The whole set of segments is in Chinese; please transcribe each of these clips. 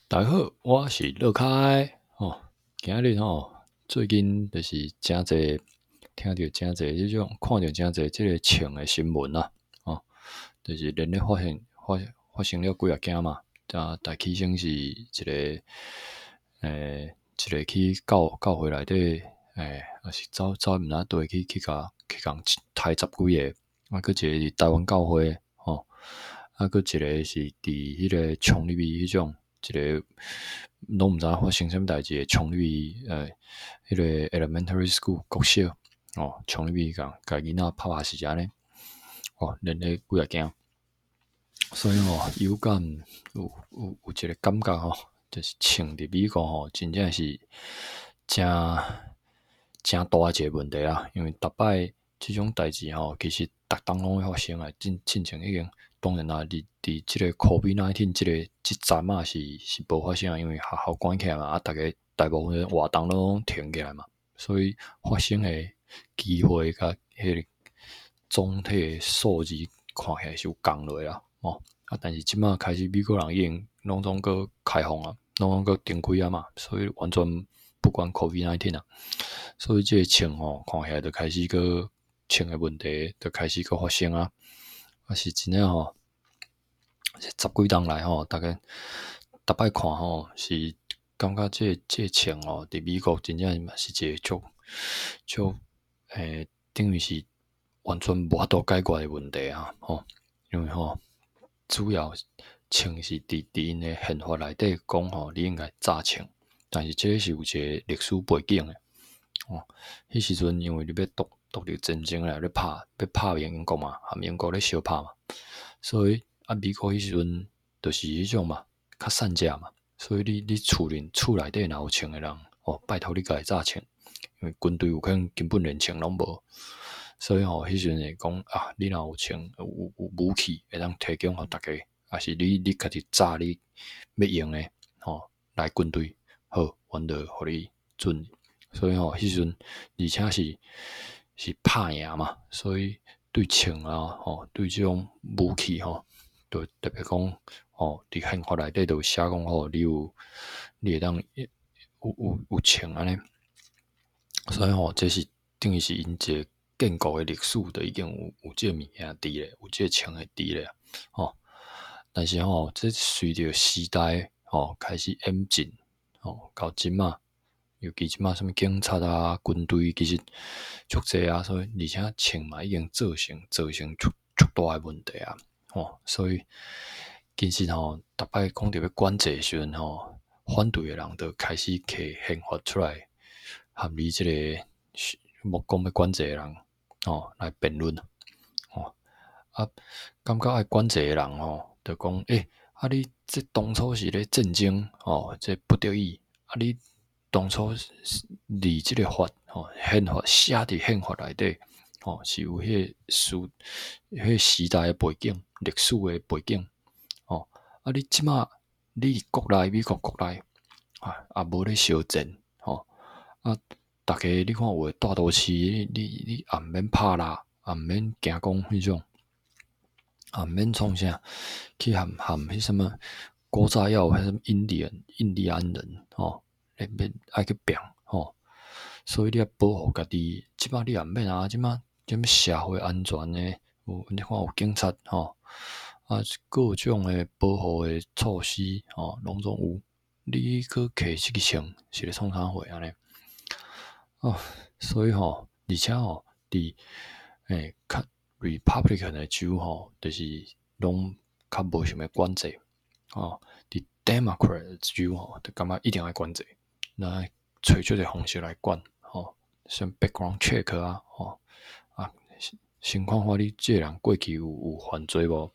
大家好，我是乐开今日最近就是真侪听到真侪这种看到真侪这个枪的新闻啦就是连咧发生了几啊件嘛，大起先是一个一个去教会内底还是走毋知倒去共杀10几个，佫一个是台湾教会佫一个是伫迄个冲入去迄种一个拢毋知发生啥物代志，冲入去迄个 elementary school 国小冲入去甲囡仔拍死安尼连咧几啊件，所以有感有一个感觉就是枪伫美国真正是真大一个问题啦，因为逐摆即种代志其实逐当拢会发生啊，进前已经当然啦，伫即个 COVID-19 即站是无发生，因为学校关起来嘛，大部分活动拢停起来嘛，所以发生的机会甲迄个总体的数字看起来是有降落啦但是即马开始美国人已经拢总个开放啊，拢总个重开啊嘛，所以完全不管 COVID-19 啊，所以这个枪看起来就开始个枪的问题就开始个发生啊，是真正10几年来大概逐摆看是感觉这个枪伫美国真正是一个足等于是完全无法度解决的问题啊因为主要枪是伫因的宪法内底讲你应该炸枪，但是这是有一个历史背景的迄时阵因为你要独立战争啦，要拍英国嘛，和英国咧相拍嘛，所以美国迄时阵就是迄种嘛，较散架嘛，所以你厝内底若有枪的人拜托你家己炸枪，因为军队有可能根本连枪拢无，所以迄时阵会讲你若有枪有武器会当提供互大家，还是你家己炸你要用的来军队好，阮就互你准。所以迄时阵而且是拍赢嘛，所以对枪对这种武器就特别讲伫宪法内底就写讲你会当有枪安尼，所以这是等于是因一个建国的历史就已经有这个物件伫咧，有这个枪的伫咧但是这随着时代开始演进到即马，尤其即马什么警察啊、军队其实足济啊，所以而且枪嘛已经造成足大的问题啊所以其实逐摆讲到要管制的时阵反对的人就开始摕宪法出来，含你这个要讲要管制的人来辩论感觉爱管制的人就讲你这当初是咧战争这不得已你当初立这个法宪法写伫宪法内底是有迄个时代的背景、历史的背景你即马你美国国内无咧烧战大家你看有的大都市你也毋免拍啦，也毋免惊讲迄种毋免创啥去含迄什么古早要有迄什么印第安人免爱去拼所以你要保护家己，即马你也毋免啊，即马社会安全的你看有警察各种的保护的措施拢总有，你去摕这个枪是咧创啥货安尼所以而且伫较 Republican 的州就是拢较无想要管制伫 Democrat 的州就感觉一定要管制，那找出个方式来管像 background check 先看看你这个人过去有犯罪无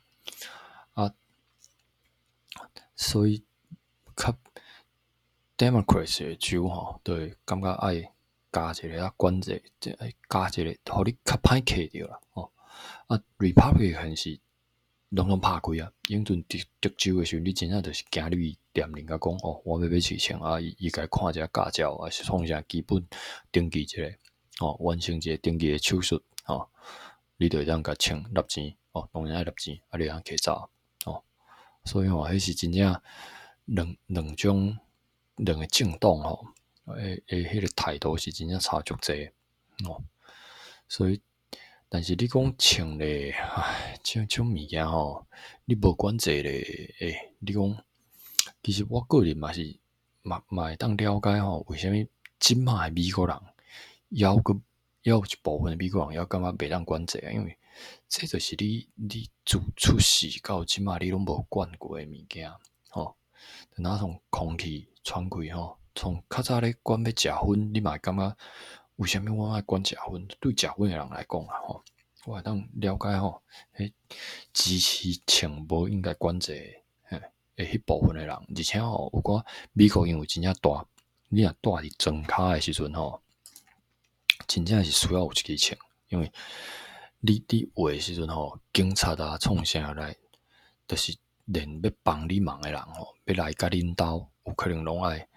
所以较 Democrat 的州就会感觉爱加一个管制，加一个互你较歹摕着啦Republican 是拢拍开啊，永阵得州的时候，你真正就是行入去店里甲讲我要买枪伊甲看一下驾照还是创啥基本登记一下完成一个登记的手续你就会当甲枪纳钱当然爱纳钱你会当起走所以迄是真正两个政党吼，迄个态度是真正差足济哦。所以，但是你讲穿咧，这种物件吼，你无管制咧，你讲，其实我个人嘛是会当了解吼，为虾米即卖美国人也有一部分的美国人也感觉袂当管制啊？因为这就是你自出世到即卖你拢无管过的物件吼。若从空气喘气吼，从较早咧管要食薰，你嘛会感觉为虾米我爱管食薰？对食薰的人来讲啊吼，我会当了解吼，迄支持穿无应该管制迄部分的人，而且吼有寡美国因为真正大，你若住伫庄骹的时阵吼，真正是需要有一支穿，因为你话的时阵吼，警察啊创啥来，就是连要帮你忙的人吼，要来甲恁兜，有可能拢爱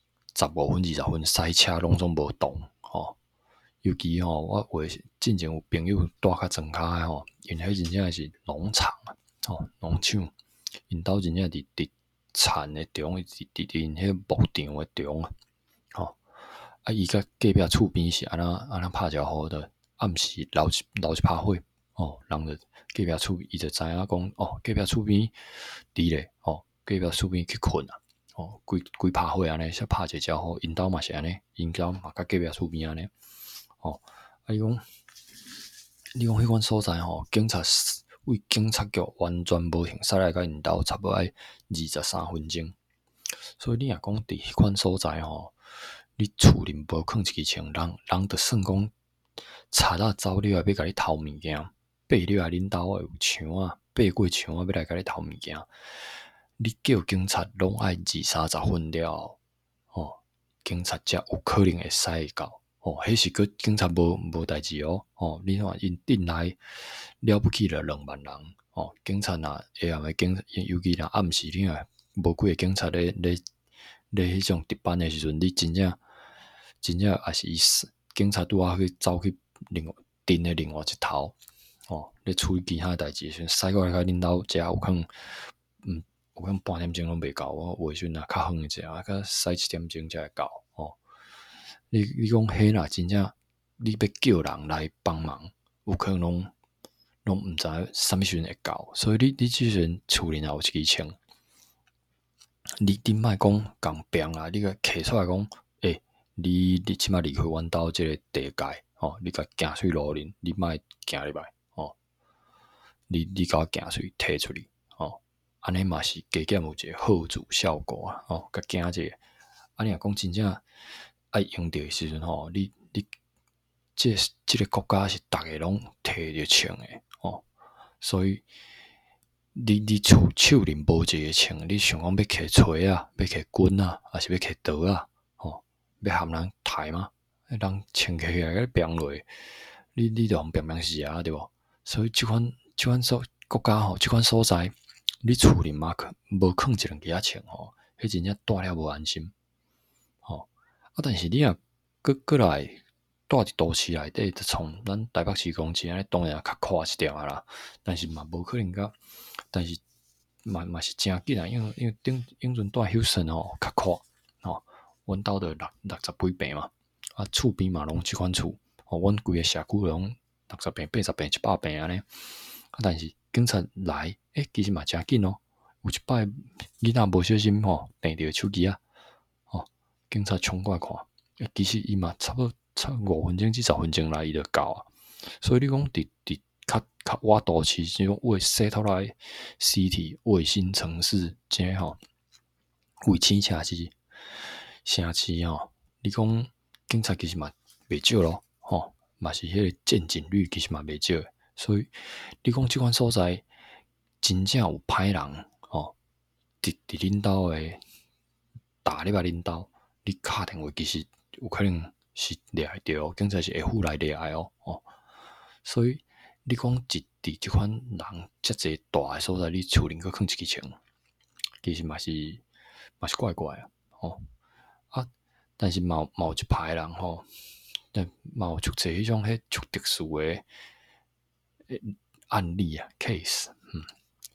15分20分塞车拢总无动吼。尤其吼，我话之前有朋友住较庄骹的吼，因迄真正是农场吼，农场，因兜真正伫田的中，伫因迄牧场的中啊，吼。啊，伊甲隔壁厝边是安那拍招呼的，暗时留一拍火，哦，人就隔壁厝伊就知影讲，哦，隔壁厝边伫咧，哦，隔壁厝边去困啊，哦，规拍火安尼，才拍一个招呼，因兜嘛是安尼，因兜嘛甲隔壁厝边安尼，哦，啊，你讲迄款所在吼，为警察局完全无停驶来甲因兜，差不多爱23分钟，所以你若讲伫迄款所在吼。你厝里无囥一支枪，人就算讲贼仔走了要甲你偷物件，爬了恁兜有墙啊，爬过墙啊要来甲你偷物件，你叫警察拢爱20-30分了，哦，警察才有可能会使到，哦，迄时个警察无代志哦，哦，你看因镇内了不起了2万人，哦，警察若下暗的尤其若暗时你若无几个警察咧迄种值班的时阵，你真正也是警察拄啊去走去镇的另外一头，哦，咧处理其他代志时阵，驶过来甲恁兜遮有可能，有可能半点钟拢袂到，我话时阵若较远一者，甲驶1点钟才会到，哦，你讲迄若真正你要叫人来帮忙，有可能拢毋知啥物时阵会到，所以你即时阵厝里若有一支枪。你莫讲共病啊！你甲摕出来讲，你即马离开阮兜即个地界，哦，你甲行水路恁，你莫行入来，哦，你甲我行水摕出去，哦，安尼嘛是加减有一个吓阻效果啊，哦，甲惊一下。啊，你若讲真正爱用着时阵吼，你即个国家是逐个拢摕着枪诶，哦，所以。你手里无一个枪，你想讲要摕锤啊，要摕棍啊，还是要摕刀啊？哦，要含人刣吗？人枪起来甲你扁落，你就互扁死啊，对无？所以即款国家吼，即款所在，你厝里嘛无囥一两支枪吼，迄真正住了无安心。吼，啊，但是你若过来住伫都市内底，就从咱台北市公司安尼，当然较快一点啦，但是嘛无可能甲。但是嘛是真紧啊，因为永阵住休森吼较快吼，阮兜的60几坪嘛，啊厝边嘛拢即款厝，吼，阮规个社区拢60坪、80坪、100坪安尼，啊但是警察来，其实嘛真紧哦，有一摆囡仔无小心吼，摕着手机啊，吼，警察冲过来看，其实伊嘛差5分钟至10分钟来伊就到啊，所以你讲伫较瓦都市这种西头来 city 卫星城市，这吼卫星城市吼，你讲警察其实嘛袂少咯，吼，嘛是迄个见警率其实嘛袂少，所以你讲即款所在真正有歹人吼，伫恁兜诶打入来恁兜，你敲电话其实有可能是掠会着，警察是会赴来掠哦，所以。你讲伫即款人遮济大诶所在，你厝里佫囥一支枪，其实嘛是怪怪啊，吼啊！但是嘛有一派人吼，嘛有足济迄种足特殊诶案例啊 case，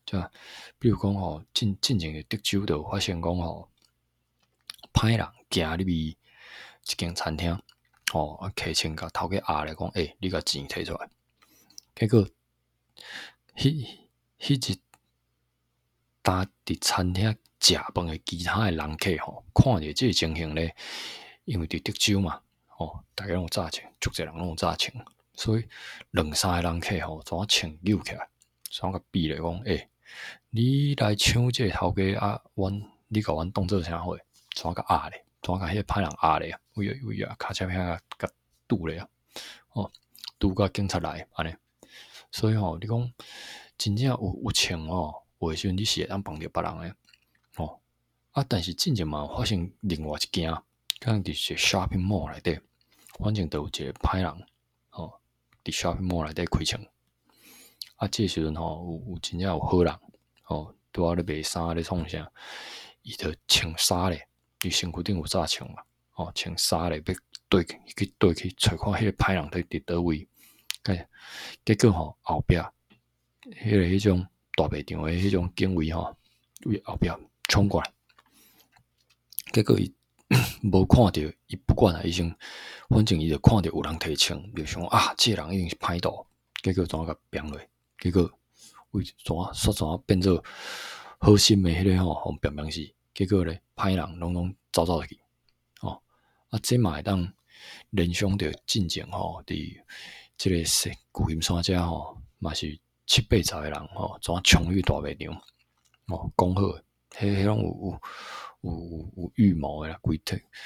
就比如讲吼，进前嘅德州就发现讲吼，歹人行入去一间餐厅，客请甲头家压咧讲，你甲钱摕出来。结果，迄日搭伫餐厅食饭嘅其他嘅人客吼，看着即个情形咧，因为伫德州嘛，大家拢有早穿，足侪人拢有早穿，所以2、3个人客吼，怎啊穿扭起来，怎甲比咧讲，你来抢即个头家啊，你甲阮当做啥货？怎甲压咧？怎甲迄个歹人压咧？为啊，骹车遐甲堵咧啊！堵到警察来安尼。所以你讲真正有穿有诶时阵你是会当帮着别人诶。但是真正嘛发生另外一件，可能伫个 shopping mall 内底，反正都有一个歹人伫 shopping mall 内底开枪。即个时阵有真正有好人拄仔咧卖衫咧创啥，伊就穿衫咧，伊身躯顶有早穿嘛，穿衫咧要对去找看迄个歹人伫倒位，结果后壁迄种大卖场诶迄种警卫为后壁冲过来，结果伊无看到，伊不管啊，伊先反正伊就看到有人提枪，就想这个人一定是歹徒，结果怎甲扁落，结果为怎变做好心的迄个互扁死，结果咧歹人拢走去，这嘛会当联想到进前伫即个旧金山遮嘛是7、8、10个人怎冲入大卖场讲好的，迄拢有预谋的啦，规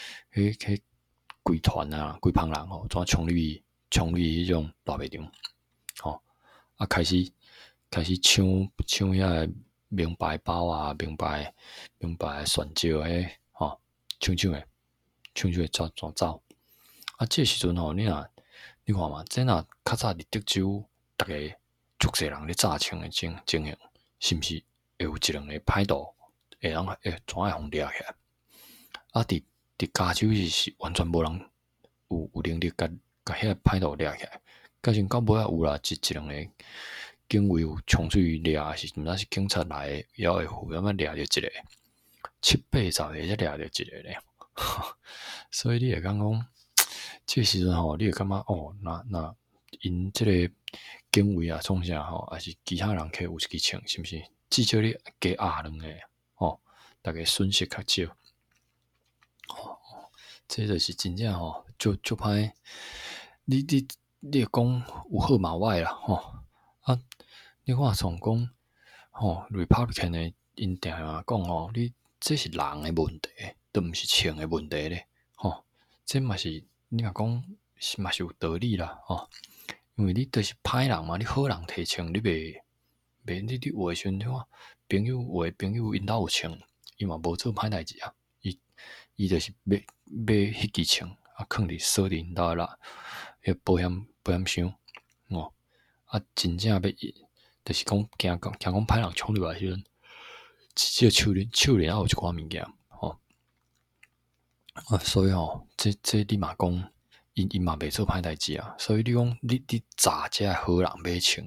团啊，规帮人怎冲入迄种大卖场开始抢遐名牌包啊，名牌选招迄抢的走。这时阵你看嘛，这若较早伫德州，逐个足侪人咧炸枪的情形，是毋是会有1、2个歹徒会怎会互掠起来？伫加州是完全无人有能力甲遐个歹徒掠起来，甲是到尾仔有啦，一2个警卫有冲出去掠，还是毋知是警察来也会互掠着一个，7、8、10个才掠着一个咧。所以你会讲，这时阵你会感觉那因这个警卫啊创啥还是其他人客有一支枪，是毋是？至少你加压2个大家损失较少。这就是真正就歹。你会讲有好嘛歹啦你看像讲Republican 的因定讲你这是人的问题，都毋是枪的问题咧这嘛是你若讲嘛是有道理啦因为你都是歹人嘛，你好人提枪，你袂你有诶时阵看朋友因兜有枪，伊嘛无做歹代志啊，伊就是买迄支枪囥伫锁伫因兜啦，迄保险箱真正要就是讲惊讲歹人冲入来时阵，至少手里有一寡物件所以这你嘛讲，因嘛袂做歹代志啊，所以你讲你炸这好人买枪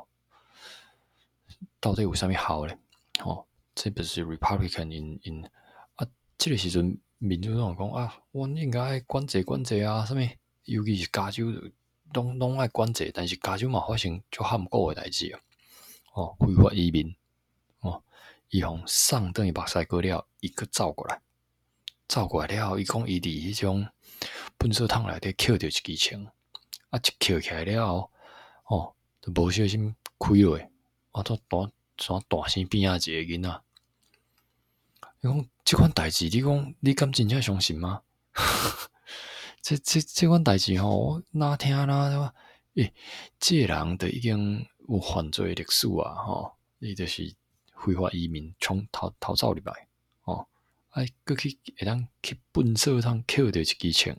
到底有啥物好咧这不是 Republican 因这个时阵民主党讲阮应该管制啊，啥物？尤其是加州拢爱管制，但是加州嘛发生足含糊的代志非法移民伊互送等于目屎过了，伊佫走过来了后，伊讲伊伫迄种粪扫桶内底捡着一支枪一捡起来了后就无小心开落怎大生变一个囡仔。你讲这款代志，你敢真正相信吗？这款代志哪听啦？这个人就已经有犯罪历史啊伊就是非法移民逃走入来过去会当去粪扫桶捡着一支枪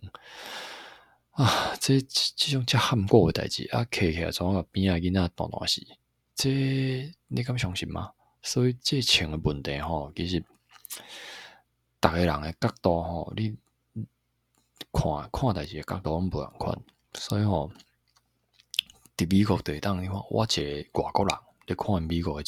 这种遮含糊的代志摕起来怎个边仔囡仔大死？这你敢相信吗？所以这枪的问题其实逐个人的角度你看代志的角度拢无同款，所以伫美国地当你看，我一个外国人咧看美国的枪，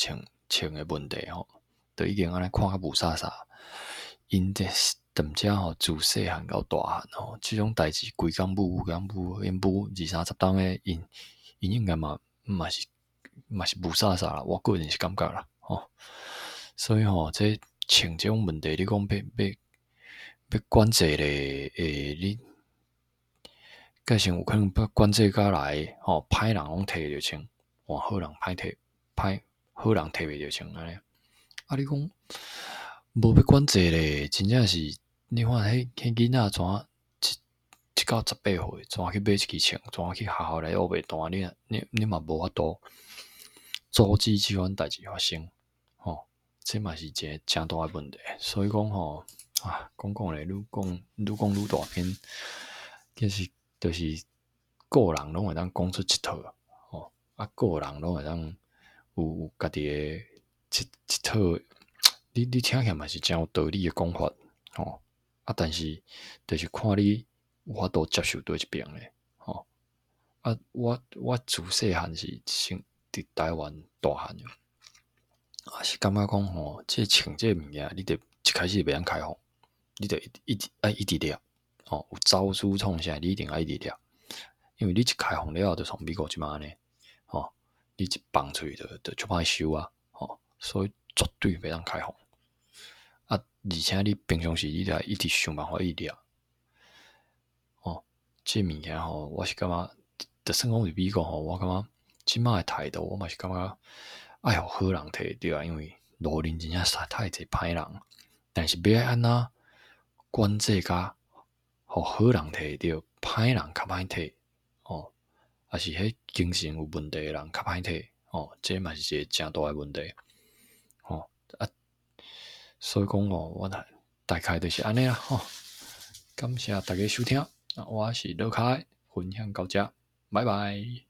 穿的问题吼，就已经安尼看较无啥啥。因这踮遮吼，自细汉到大汉吼，即种代志规工母因母20-30当诶，因应该嘛是无啥啥啦，我个人是感觉啦吼。所以吼，这穿即种问题，你讲要管制咧，你个性有可能要管制下来吼，歹人拢摕着穿，换好人好人摕袂着穿安尼。啊，你讲无要管制咧，真正是你看迄囡仔怎一到18岁，怎去买一支枪，怎去学校内学袂单，你嘛无法度阻止即款代志发生，吼，这嘛是一个正大诶问题。所以讲吼，讲咧，愈讲愈大篇，其实就是个人拢会当讲出一套，吼，个人拢会当有家己诶一套，你听起来嘛是真有道理诶讲法，吼，但是就是看你有法度接受对一边咧，吼，我自细汉是生伫台湾大汉诶，是感觉讲吼，穿这物件，你得一开始袂当开放，你得一直掠，吼，有招数创啥，你一定要一直掠，因为你一开放了，就从美国即嘛呢，吼，你一放出去就就歹收啊，吼，所以绝对袂当开放。而且你平常时你得一直想办法一直掠，吼，这物件吼，我是感觉，就算讲是美国吼，我感觉即马诶态度，我嘛是感觉爱互好人摕着啊，因为路人真正实在太侪歹人，但是要安怎管制甲互好人摕着，歹人较歹摕，吼，还是迄精神有问题诶人较歹摕，吼，这嘛是一个正大诶问题，吼所以讲吼，我大概就是安尼啦，吼，感谢大家收听，我是老凯，分享到这，拜拜。